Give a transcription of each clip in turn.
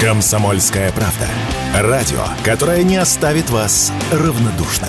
«Комсомольская правда». Радио, которое не оставит вас равнодушным.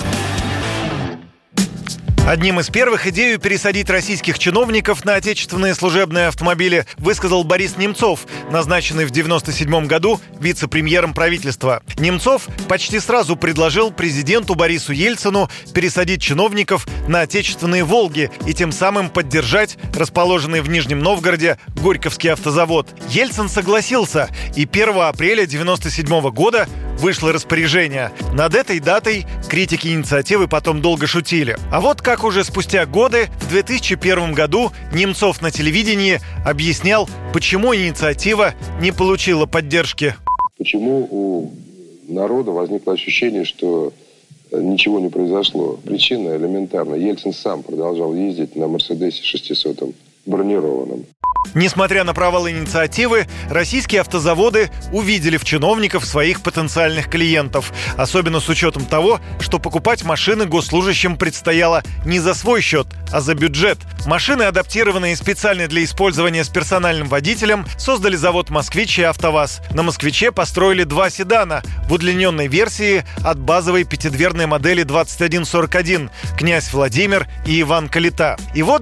Одним из первых идею пересадить российских чиновников на отечественные служебные автомобили высказал Борис Немцов, назначенный в 1997 году вице-премьером правительства. Немцов почти сразу предложил президенту Борису Ельцину пересадить чиновников на отечественные «Волги» и тем самым поддержать расположенный в Нижнем Новгороде Горьковский автозавод. Ельцин согласился, и 1 апреля 1997 года вышло распоряжение. Над этой датой критики инициативы потом долго шутили. А вот как уже спустя годы, в 2001 году, Немцов на телевидении объяснял, почему инициатива не получила поддержки. Почему у народа возникло ощущение, что ничего не произошло? Причина элементарна. Ельцин сам продолжал ездить на «Мерседесе» 600-м бронированном. Несмотря на провал инициативы, российские автозаводы увидели в чиновников своих потенциальных клиентов. Особенно с учетом того, что покупать машины госслужащим предстояло не за свой счет, а за бюджет. Машины, адаптированные специально для использования с персональным водителем, создали завод «Москвич» и «АвтоВАЗ». На «Москвиче» построили 2 седана в удлиненной версии от базовой пятидверной модели 2141 «Князь Владимир» и «Иван Калита». И вот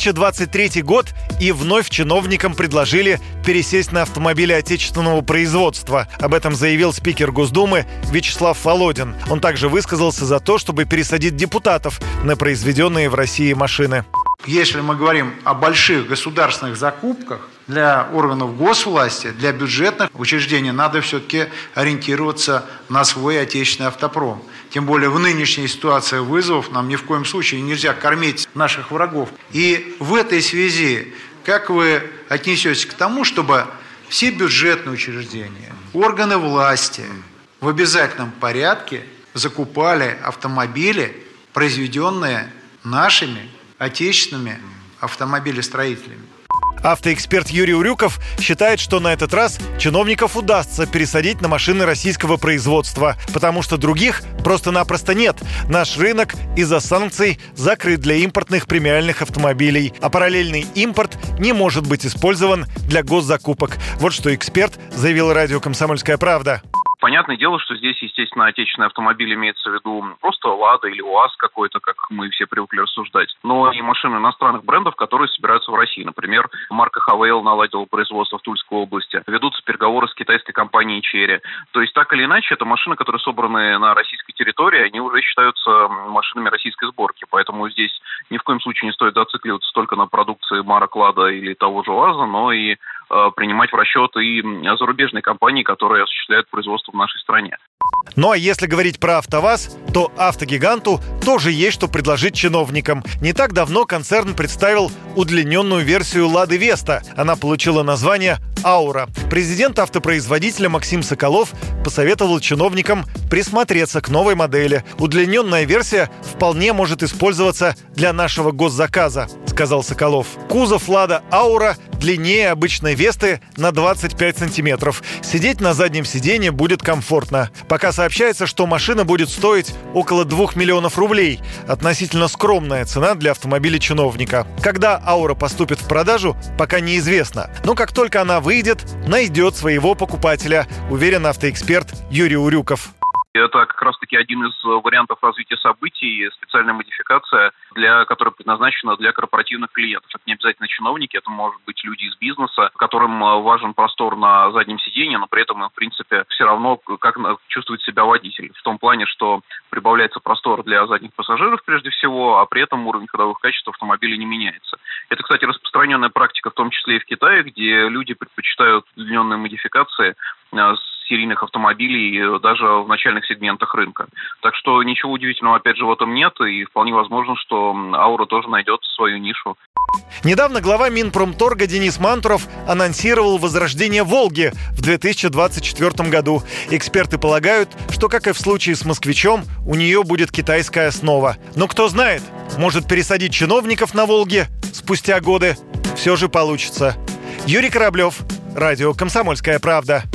2023 год, и вновь чиновникам предложили пересесть на автомобили отечественного производства. Об этом заявил спикер Госдумы Вячеслав Володин. Он также высказался за то, чтобы пересадить депутатов на произведенные в России машины. Если мы говорим о больших государственных закупках для органов госвласти, для бюджетных учреждений, надо все-таки ориентироваться на свой отечественный автопром. Тем более в нынешней ситуации вызовов нам ни в коем случае нельзя кормить наших врагов. И в этой связи, как вы отнесетесь к тому, чтобы все бюджетные учреждения, органы власти в обязательном порядке закупали автомобили, произведенные нашими отечественными автомобилестроителями? Автоэксперт Юрий Урюков считает, что на этот раз чиновников удастся пересадить на машины российского производства, потому что других просто-напросто нет. Наш рынок из-за санкций закрыт для импортных премиальных автомобилей, а параллельный импорт не может быть использован для госзакупок. Вот что эксперт заявил радио «Комсомольская правда». Понятное дело, что здесь, естественно, отечественный автомобиль имеется в виду просто «Лада» или УАЗ какой-то, как мы все привыкли рассуждать, но и машины иностранных брендов, которые собираются в России. Например, марка «Хавейл» наладила производство в Тульской области. Ведутся переговоры с китайской компанией «Черри». То есть, так или иначе, это машины, которые собраны на российской территории, они уже считаются машинами российской сборки. Поэтому здесь ни в коем случае не стоит зацикливаться только на продукции марок «Лада» или того же «УАЗа», но и принимать в расчет и зарубежные компании, которые осуществляют производство в нашей стране. Ну а если говорить про АвтоВАЗ, то автогиганту тоже есть что предложить чиновникам. Не так давно концерн представил удлиненную версию «Лады Веста». Она получила название «Аура». Президент автопроизводителя Максим Соколов посоветовал чиновникам присмотреться к новой модели. Удлиненная версия вполне может использоваться для нашего госзаказа, сказал Соколов. Кузов «Лада Аура» длиннее обычной «Весты» на 25 сантиметров. Сидеть на заднем сиденье будет комфортно. Пока сообщается, что машина будет стоить около 2 миллионов рублей. Относительно скромная цена для автомобиля чиновника. Когда «Аура» поступит в продажу, пока неизвестно. Но как только она выйдет, найдет своего покупателя, уверен автоэксперт Юрий Урюков. Это как раз-таки один из вариантов развития событий, специальная модификация, которая предназначена для корпоративных клиентов. Это не обязательно чиновники, это может быть люди из бизнеса, которым важен простор на заднем сиденье, но при этом им, в принципе, все равно, как чувствует себя водитель. В том плане, что прибавляется простор для задних пассажиров прежде всего, а при этом уровень ходовых качеств автомобиля не меняется. Это, кстати, распространенная практика, в том числе и в Китае, где люди предпочитают удлиненные модификации серийных автомобилей даже в начальных сегментах рынка. Так что ничего удивительного, опять же, в этом нет, и вполне возможно, что «Аура» тоже найдет свою нишу. Недавно глава Минпромторга Денис Мантуров анонсировал возрождение «Волги» в 2024 году. Эксперты полагают, что, как и в случае с «Москвичом», у нее будет китайская основа. Но кто знает, может, пересадить чиновников на «Волге» спустя годы все же получится. Юрий Кораблев, радио «Комсомольская правда».